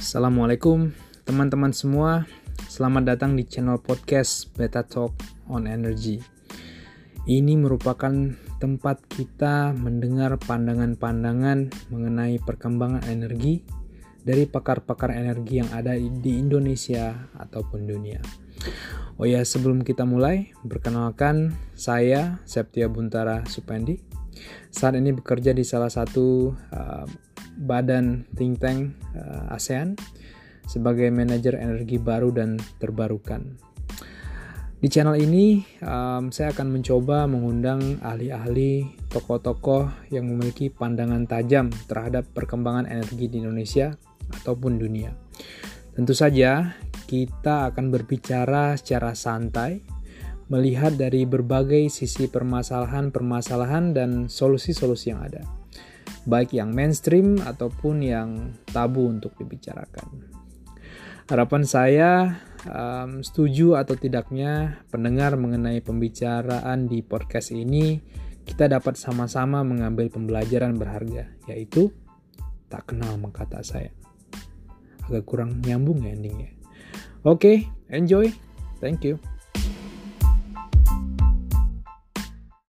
Assalamualaikum teman-teman semua, selamat datang di channel podcast Beta Talk on Energy. Ini merupakan tempat kita mendengar pandangan-pandangan mengenai perkembangan energi dari pakar-pakar energi yang ada di Indonesia ataupun dunia. Oh ya, sebelum kita mulai, perkenalkan saya Septia Buntara Supendi. Saat ini bekerja di salah satu badan think tank ASEAN sebagai manajer energi baru dan terbarukan. Di channel ini saya akan mencoba mengundang ahli-ahli, tokoh-tokoh yang memiliki pandangan tajam terhadap perkembangan energi di Indonesia ataupun dunia. Tentu saja kita akan berbicara secara santai, melihat dari berbagai sisi permasalahan-permasalahan dan solusi-solusi yang ada, baik yang mainstream ataupun yang tabu untuk dibicarakan. Harapan saya, setuju atau tidaknya pendengar mengenai pembicaraan di podcast ini, kita dapat sama-sama mengambil pembelajaran berharga, yaitu tak kenal maka tak sayang. Agak kurang nyambung ya endingnya. Oke, enjoy. Thank you.